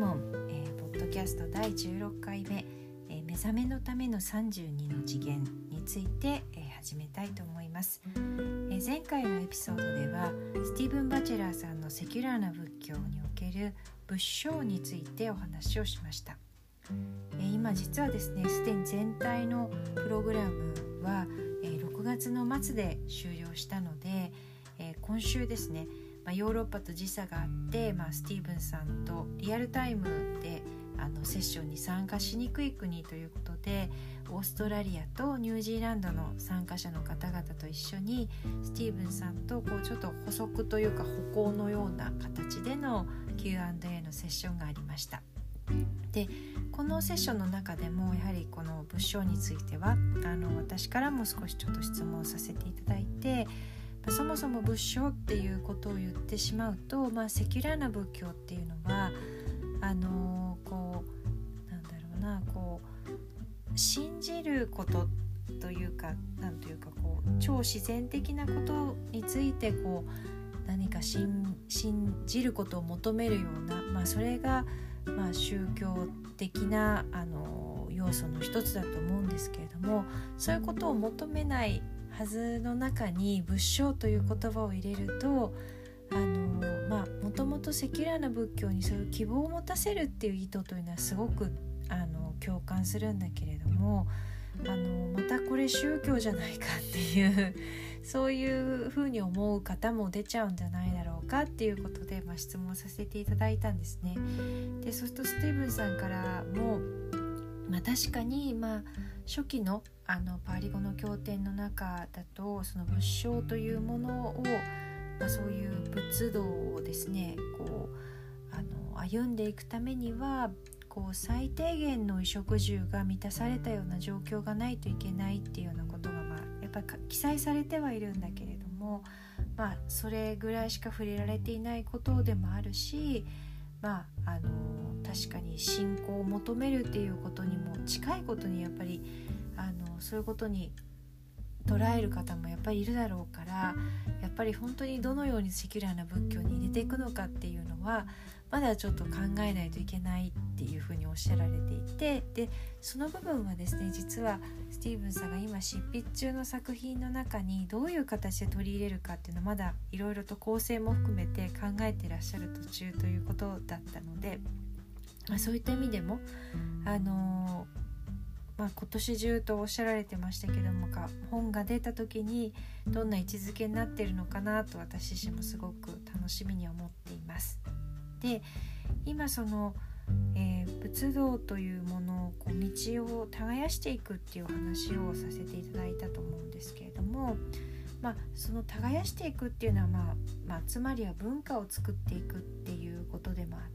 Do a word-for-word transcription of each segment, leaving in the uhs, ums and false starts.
モン、えー、ポッドキャストだいじゅうろっかいめ、えー、目覚めのためのさんじゅうにの次元について、えー、始めたいと思います。えー、前回のエピソードではスティーブン・バチェラーさんのセキュラーな仏教における仏性についてお話をしました。えー、今実はですね、すでに全体のプログラムは、えー、ろくがつの末で終了したので、えー、今週ですね、まあ、ヨーロッパと時差があって、まあ、スティーブンさんとリアルタイムであのセッションに参加しにくい国ということで、オーストラリアとニュージーランドの参加者の方々と一緒にスティーブンさんとこうちょっと補足というか歩行のような形での キューアンドエー のセッションがありました。でこのセッションの中でもやはりこの仏性についてはあの私からも少しちょっと質問させていただいて、そもそも仏性っていうことを言ってしまうと、まあ、セキュラーな仏教っていうのはあのこうなんだろうなこう信じることというかなんというかこう超自然的なことについてこう何か信じることを求めるような、まあ、それがまあ、宗教的なあの要素の一つだと思うんですけれども、そういうことを求めないはずの中に仏性という言葉を入れるとあの、まあ、もともとセキュラーな仏教にそういう希望を持たせるっていう意図というのはすごくあの共感するんだけれども、あのまたこれ宗教じゃないかっていうそういうふうに思う方も出ちゃうんじゃないだろうかっていうことで、まあ、質問させていただいたんですね。でそうするとスティーブンさんからも、まあ、確かに、まあ、初期の、あのパーリ語の経典の中だとその仏性というものを、まあ、そういう仏道をですねこうあの歩んでいくためにはこう最低限の衣食住が満たされたような状況がないといけないっていうようなことが、まあ、やっぱり記載されてはいるんだけれども、まあ、それぐらいしか触れられていないことでもあるし、まあ、あの確かに信仰を求めるっていうことにも近いことにやっぱりあのそういうことに捉える方もやっぱりいるだろうから、やっぱり本当にどのようにセキュラーな仏教に入れていくのかっていうのはまだちょっと考えないといけないっていうふうにおっしゃられていて、でその部分はですね、実はスティーブンさんが今執筆中の作品の中にどういう形で取り入れるかっていうのはまだいろいろと構成も含めて考えていらっしゃる途中ということだったので、まあ、そういった意味でもあのーまあ、今年中とおっしゃられてましたけどもか本が出た時にどんな位置づけになっているのかなと私自身もすごく楽しみに思っています。で今その、えー、仏道というものをこう道を耕していくっていう話をさせていただいたと思うんですけれども、まあ、その耕していくっていうのは、まあまあ、つまりは文化を作っていくっていうことでもあって、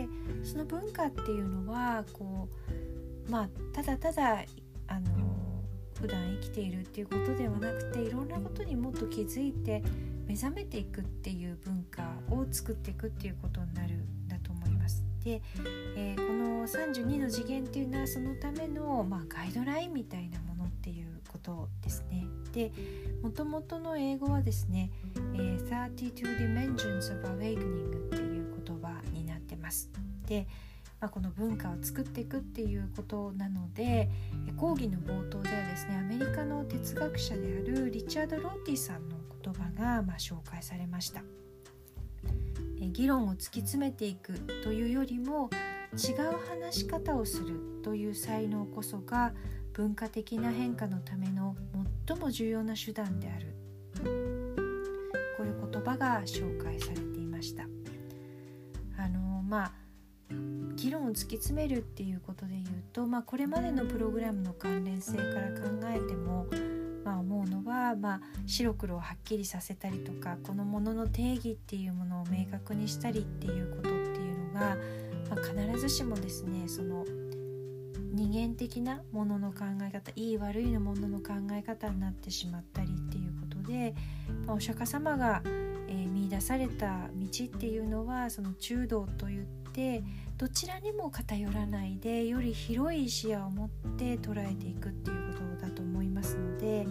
その文化っていうのはこう、まあ、ただただあの普段生きているっていうことではなくて、いろんなことにもっと気づいて目覚めていくっていう文化を作っていくっていうことになるんだと思います。で、えー、このさんじゅうにの次元っていうのはそのための、まあ、ガイドラインみたいなものっていうことですね。で、もともとの英語はですね、えー、さんじゅうに Dimensions of Awakening っていう言葉になってます。で、まあ、この文化を作っていくっていうことなので、講義の冒頭ではですね、アメリカの哲学者であるリチャード・ローティさんの言葉がまあ紹介されました。え議論を突き詰めていくというよりも違う話し方をするという才能こそが文化的な変化のための最も重要な手段である、こういう言葉が紹介されていました。あのまあ議論を突き詰めるっていうことで言うと、まあ、これまでのプログラムの関連性から考えても、まあ、思うのは、まあ、白黒をはっきりさせたりとか、このものの定義っていうものを明確にしたりっていうことっていうのが、まあ、必ずしもですね、その二元的なものの考え方、いい悪いのものの考え方になってしまったりっていうことで、まあ、お釈迦様が、えー、見出された道っていうのはその中道といってどちらにも偏らないでより広い視野を持って捉えていくっていうことだと思いますので、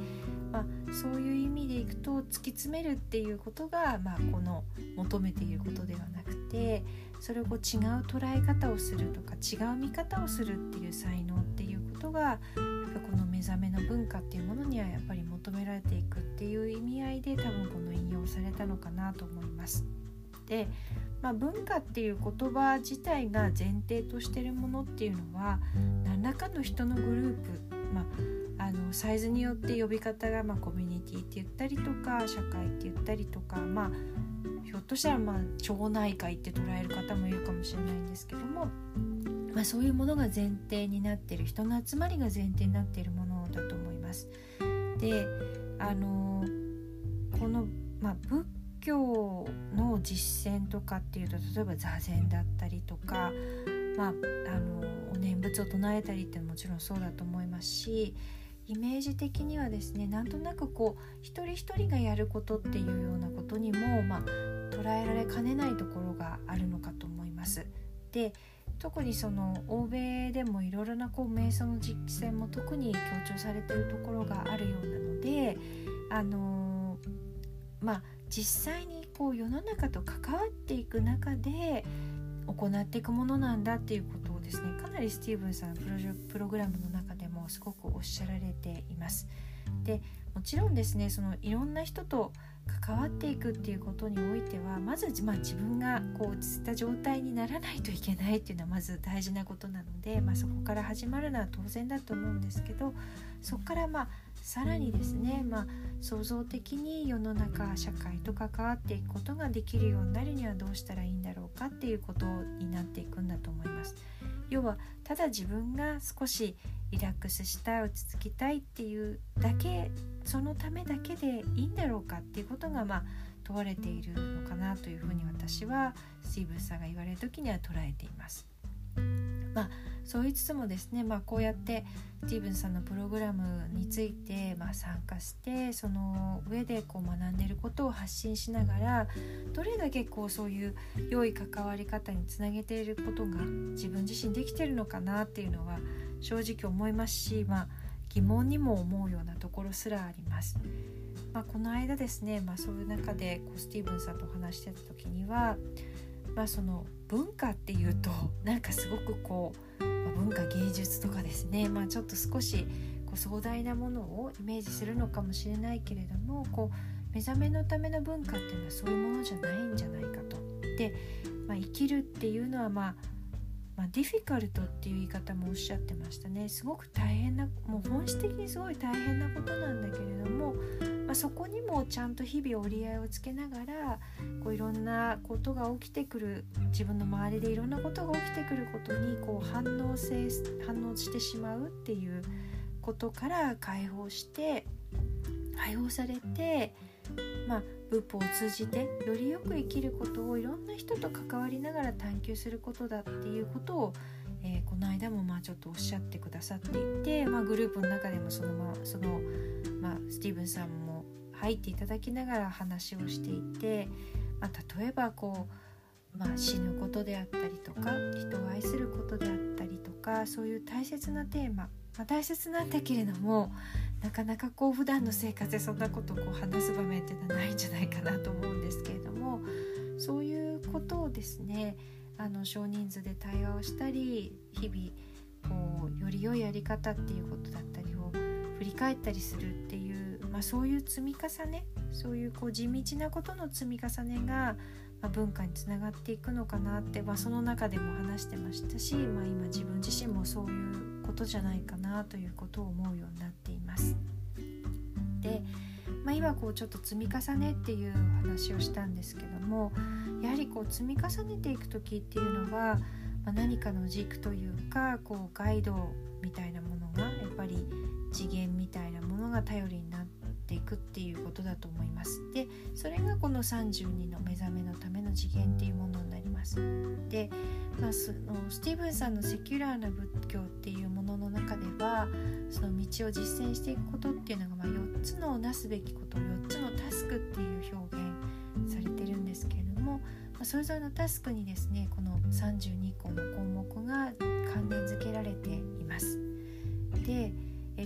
まあ、そういう意味でいくと突き詰めるっていうことが、まあ、この求めていることではなくて、それをこう違う捉え方をするとか違う見方をするっていう才能っていうことがやっぱこの目覚めの文化っていうものにはやっぱり求められていくっていう意味合いで多分この引用されたのかなと思います。で、まあ、文化っていう言葉自体が前提としているものっていうのは何らかの人のグループ、まあ、あのサイズによって呼び方が、まあ、コミュニティって言ったりとか社会って言ったりとか、まあ、ひょっとしたら、まあ、町内会って捉える方もいるかもしれないんですけども、まあ、そういうものが前提になっている、人の集まりが前提になっているものだと思います。で、あのこの、まあ、仏教の実践とかっていうと、例えば座禅だったりとか、まあ、あのお念仏を唱えたりってもちろんそうだと思いますし、イメージ的にはですね、なんとなくこう一人一人がやることっていうようなことにも、まあ、捉えられかねないところがあるのかと思います。で、特にその欧米でもいろいろなこう瞑想の実践も特に強調されているところがあるようなので、あのまあ実際にこう世の中と関わっていく中で行っていくものなんだっていうことをですね、かなりスティーブンさんのプロジェプログラムの中でもすごくおっしゃられています。で、もちろんですね、そのいろんな人と関わっていくっていうことにおいては、まず、まあ、自分がこう落ち着いた状態にならないといけないっていうのはまず大事なことなので、まあ、そこから始まるのは当然だと思うんですけど、そこからまあさらにですね、まあ、創造的に世の中社会と関わっていくことができるようになるにはどうしたらいいんだろうかっていうことになっていくんだと思います。要はただ自分が少しリラックスしたい、落ち着きたいっていうだけ、そのためだけでいいんだろうかっていうことが、まあ、問われているのかなというふうに私はスティーブンさんが言われる時には捉えています。まあ、そう言いつつもですね、まあ、こうやってスティーブンさんのプログラムについて、まあ、参加して、その上でこう学んでいることを発信しながら、どれだけこうそういう良い関わり方につなげていることが自分自身できているのかなっていうのは正直思いますし、まあ、疑問にも思うようなところすらあります。まあ、この間ですね、まあ、そういう中でこうスティーブンさんとお話してた時には、まあ、その文化っていうとなんかすごくこう、まあ、文化芸術とかですね、まあ、ちょっと少しこう壮大なものをイメージするのかもしれないけれども、こう目覚めのための文化っていうのはそういうものじゃないんじゃないかと。で、まあ、生きるっていうのは、まあまあ、ディフィカルトっていう言い方もおっしゃってましたね。すごく大変な、もう本質的にすごい大変なことなんだけれども、まあ、そこにもちゃんと日々折り合いをつけながら、こういろんなことが起きてくる、自分の周りでいろんなことが起きてくることにこう反応性反応してしまうっていうことから解放して解放されて、まあ、仏法を通じてよりよく生きることをいろんな人と関わりながら探求することだっていうことを、えー、この間もまあちょっとおっしゃってくださっていて、まあ、グループの中でもその、まあそのまあ、スティーブンさんも入っていただきながら話をしていて、まあ、例えばこう、まあ、死ぬことであったりとか、人を愛することであったりとか、そういう大切なテーマ、まあ、大切なんだけれども、なかなかこう普段の生活でそんなことをこう話す場面っていうのはないんじゃないかなと思うんですけれども、そういうことをですね、あの少人数で対話をしたり、日々こうより良いやり方っていうことだったりを振り返ったりするっていう、まあ、そういう積み重ね、そういうこう地道なことの積み重ねが、まあ、文化につながっていくのかなって、まあ、その中でも話してましたし、まあ、今自分自身もそういうことじゃないかなということを思うようになっています。で、まあ、今こうちょっと積み重ねっていう話をしたんですけども、やはりこう積み重ねていく時っていうのは、まあ、何かの軸というか、こうガイドみたいなものが、やっぱり次元みたいなものが頼りになっていくっていうことだと思います。で、それがこのさんじゅうにの目覚めのための次元っていうものになります。で、まあ、そのスティーブンさんのセキュラーな仏教っていうものの中では、その道を実践していくことっていうのが、まあ、よっつのなすべきこと、よっつのタスクっていう表現されてるんですけれども、まあ、それぞれのタスクにですね、このさんじゅうにこの項目が関連づけられています。で、えっ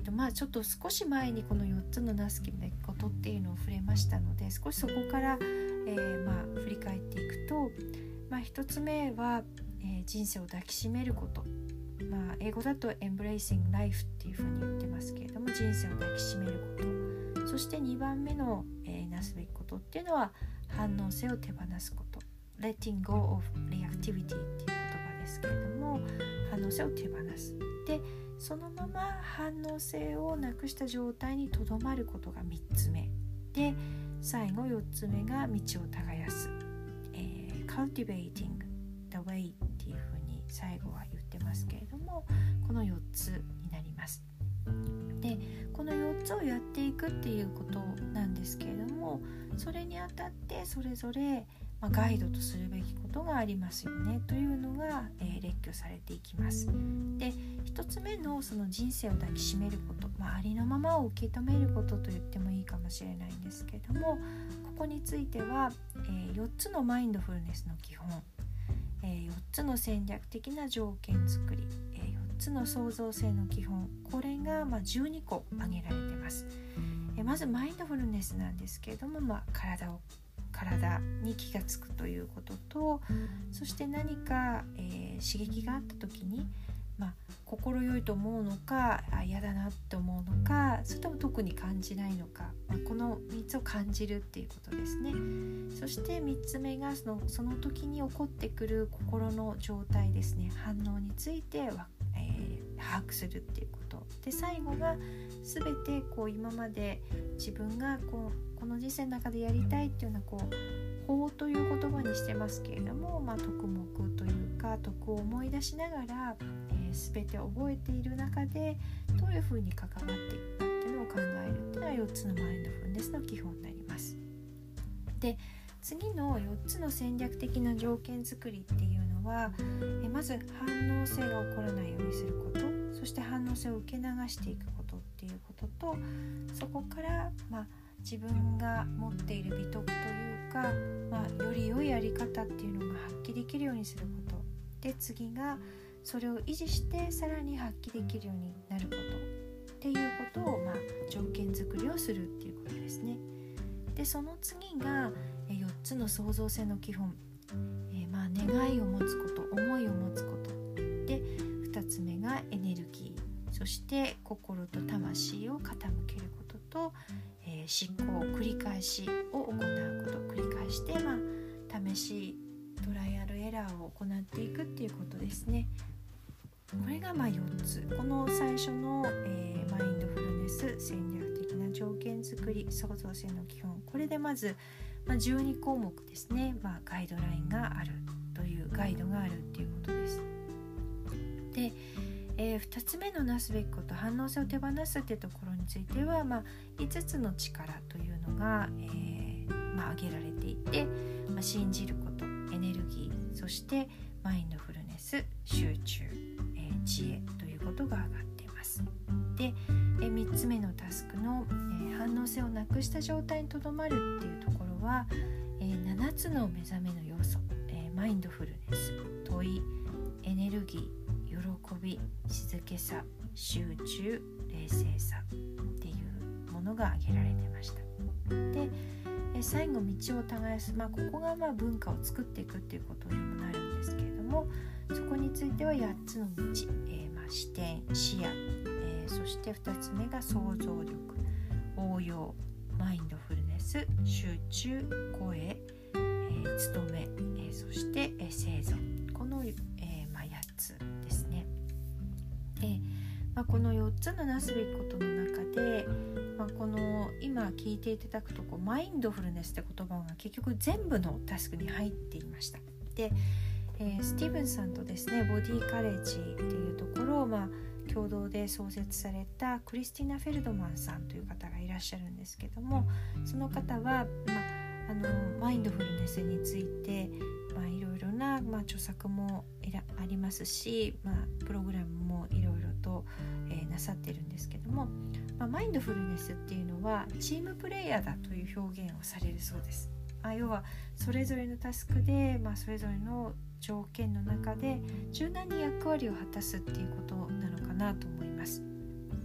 とまあ、ちょっと少し前にこのよっつのなすべきことっていうのを触れましたので、少しそこから、えーまあ、振り返っていくと、まあ、ひとつめは、えー、人生を抱きしめること、まあ、英語だと Embracing Life っていうふうに言ってますけれども、人生を抱きしめること。そしてにばんめの、えー、なすべきことっていうのは反応性を手放すこと、 Letting go of reactivity っていう言葉ですけれども、反応性を手放す。でそのまま反応性をなくした状態にとどまることがみっつめで、最後よっつめが道を耕す、えー、Cultivating the way っていうふうに最後は言ってますけれども、このよっつになります。でこのよっつをやっていくっていうことなんですけれども、それにあたってそれぞれ、まあ、ガイドとするべきことがありますよねというのが、えー、列挙されていきます。でひとつめのその人生を抱きしめること、まあ、ありのままを受け止めることと言ってもいいかもしれないんですけれども、ここについては、えー、よっつのマインドフルネスの基本、えー、よっつの戦略的な条件作り、えー、よっつの創造性の基本、これがまあじゅうにこ挙げられています。えー、まずマインドフルネスなんですけれども、まあ、体を体に気がつくということと、そして何か、えー、刺激があった時に、まあ、心よいと思うのか、あ、嫌だなって思うのか、それとも特に感じないのか、まあ、このみっつを感じるっていうことですね。そしてみっつめがその、その時に起こってくる心の状態ですね、反応については、えー、把握するっていうことで、最後が全てこう今まで自分がこうこの人生の中でやりたいっていうようなこう法という言葉にしてますけれども、まあ、徳目というか徳を思い出しながら、えー、全て覚えている中でどういうふうに関わっていくかっていうのを考えるっていうのはよっつのマインドフルネスの基本になります。で次のよっつの戦略的な条件作りっていうのは、えまず反応性が起こらないようにすること、そして反応性を受け流していくことっていうことと、そこから、まあ、自分が持っている美徳というか、まあ、より良いやり方っていうのが発揮できるようにすることで、次がそれを維持してさらに発揮できるようになることっていうことを、まあ、条件作りをするっていうことですね。でその次がよっつの創造性の基本、えー、まあ願いを持つこと、思いを持つことで、ふたつめがエネルギー、そして心と魂を傾けることと、えー、思考を繰り返しを行うこと、繰り返して、まあ、試しトライアルエラーを行っていくっていうことですね。これがまあよっつ、この最初の、えー、マインドフルネス、戦略的な条件作り、創造性の基本、これでまず、まあ、じゅうにこうもくですね、まあ、ガイドラインがあるというガイドがあるっていうことです。で、えー、ふたつめのなすべきこと、反応性を手放すっていうところについては、まあ、いつつの力というのが、えーまあ、挙げられていて、まあ、信じること、エネルギー、そしてマインドフルネス、集中、えー、知恵ということが挙がっています。で、えー、みっつめのタスクの、えー、反応性をなくした状態にとどまるっていうところは、えー、ななつの目覚めの要素、えー、マインドフルネス、問い、エネルギー、喜び、静けさ、集中、冷静さっていうものが挙げられてました。で、え最後道を耕す、まあ、ここがまあ文化を作っていくっていうことにもなるんですけれども、そこについてはやっつの道、えーまあ、視点、視野、えー、そしてふたつめが想像力、応用、マインドフルネス、集中、声、えー、務め、えー、そして、えー、生存、この、えーまあ、やっつですね。で、まあ、このよっつのなすべきことの中で、まあ、この今聞いていただくとこうマインドフルネスって言葉が結局全部のタスクに入っていました。で、えー、スティーブンさんとですね、ボディカレッジっていうところを、まあ、共同で創設されたクリスティナ・フェルドマンさんという方がいらっしゃるんですけども、その方は、まあ、あのマインドフルネスについて、まあ、いろいろな、まあ、著作もありますし、まあ、プログラムもいろいろと、えー、なさってるんですけども、まあ、マインドフルネスっていうのはチームプレイヤーだという表現をされるそうです。まあ、要はそれぞれのタスクで、まあ、それぞれの条件の中で柔軟に役割を果たすっていうことなのかなと思います。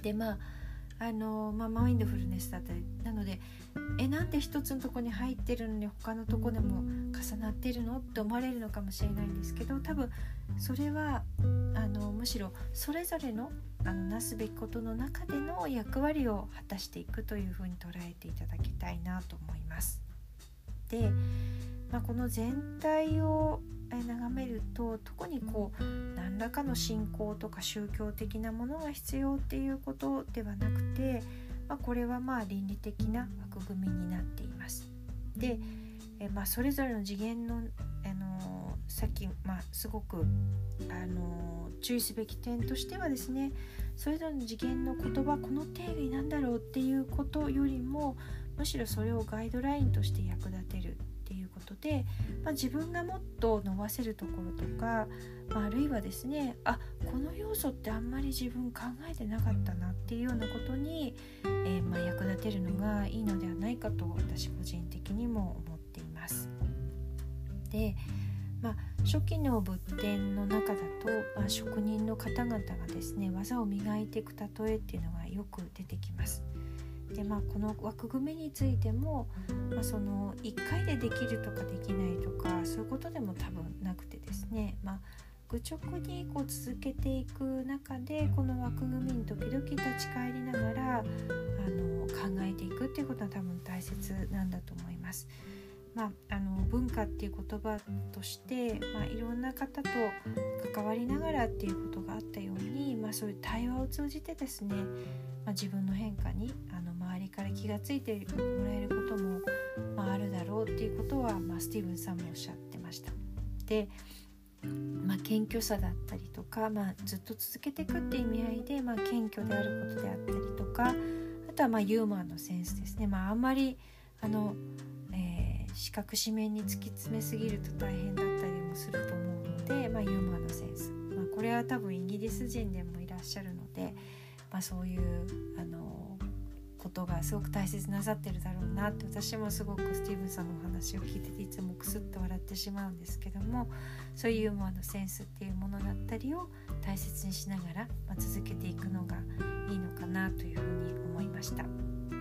でまああのまあ、マインドフルネスだったりなので、えなんで一つのとこに入ってるのに他のとこでも重なってるのって思われるのかもしれないんですけど、多分それはあのむしろそれぞれのあのなすべきことの中での役割を果たしていくというふうに捉えていただきたいなと思います。で、まあ、この全体を眺めると、特にこう何らかの信仰とか宗教的なものが必要っていうことではなくて、まあ、これはまあ倫理的な枠組みになっています。で、えまあ、それぞれの次元の、あのー、さっき、まあ、すごく、あのー、注意すべき点としてはですね、それぞれの次元の言葉、この定義なんだろうっていうことよりも、むしろそれをガイドラインとして役立てるっていうことで、まあ、自分がもっと伸ばせるところとか、まあ、あるいはですね、あ、この要素ってあんまり自分考えてなかったなっていうようなことに、えーまあ、役立てるのがいいのではないかと私個人的にも思っています。で、まあ、初期の仏典の中だと、まあ、職人の方々がですね技を磨いていく例えっていうのがよく出てきます。でまあ、この枠組みについても、まあ、そのいっかいでできるとかできないとかそういうことでも多分なくてですね、まあ、愚直にこう続けていく中でこの枠組みに時々立ち返りながらあの考えていくっていうことは多分大切なんだと思います。まあ、あの文化っていう言葉として、まあ、いろんな方と関わりながらっていうことがあったように、まあ、そういう対話を通じてですね、まあ、自分の変化にあの周りから気がついてもらえることも、まあ、あるだろうっていうことは、まあ、スティーブンさんもおっしゃってました。で、まあ、謙虚さだったりとか、まあ、ずっと続けていくっていう意味合いで、まあ、謙虚であることであったりとか、あとはまあユーモアのセンスですね。まあ、あんまりあの、えー四角四面に突き詰めすぎると大変だったりもすると思うので、まあ、ユーモアのセンス、まあ、これは多分イギリス人でもいらっしゃるので、まあ、そういうあのことがすごく大切なさってるだろうなって、私もすごくスティーブンさんのお話を聞いてていつもクスッと笑ってしまうんですけども、そういうユーモアのセンスっていうものだったりを大切にしながら、まあ、続けていくのがいいのかなというふうに思いました。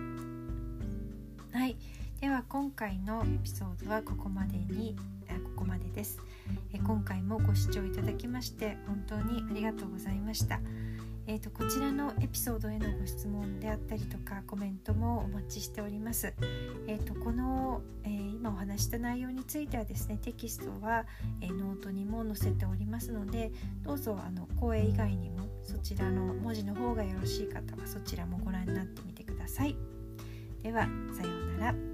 はい、では今回のエピソードはここまでにここまでです。え今回もご視聴いただきまして本当にありがとうございました。えーと、こちらのエピソードへのご質問であったりとかコメントもお待ちしております。えーと、この、えー、今お話した内容についてはですね、テキストは、えー、ノートにも載せておりますので、どうぞあの声以外にもそちらの文字の方がよろしい方はそちらもご覧になってみてください。ではさようなら。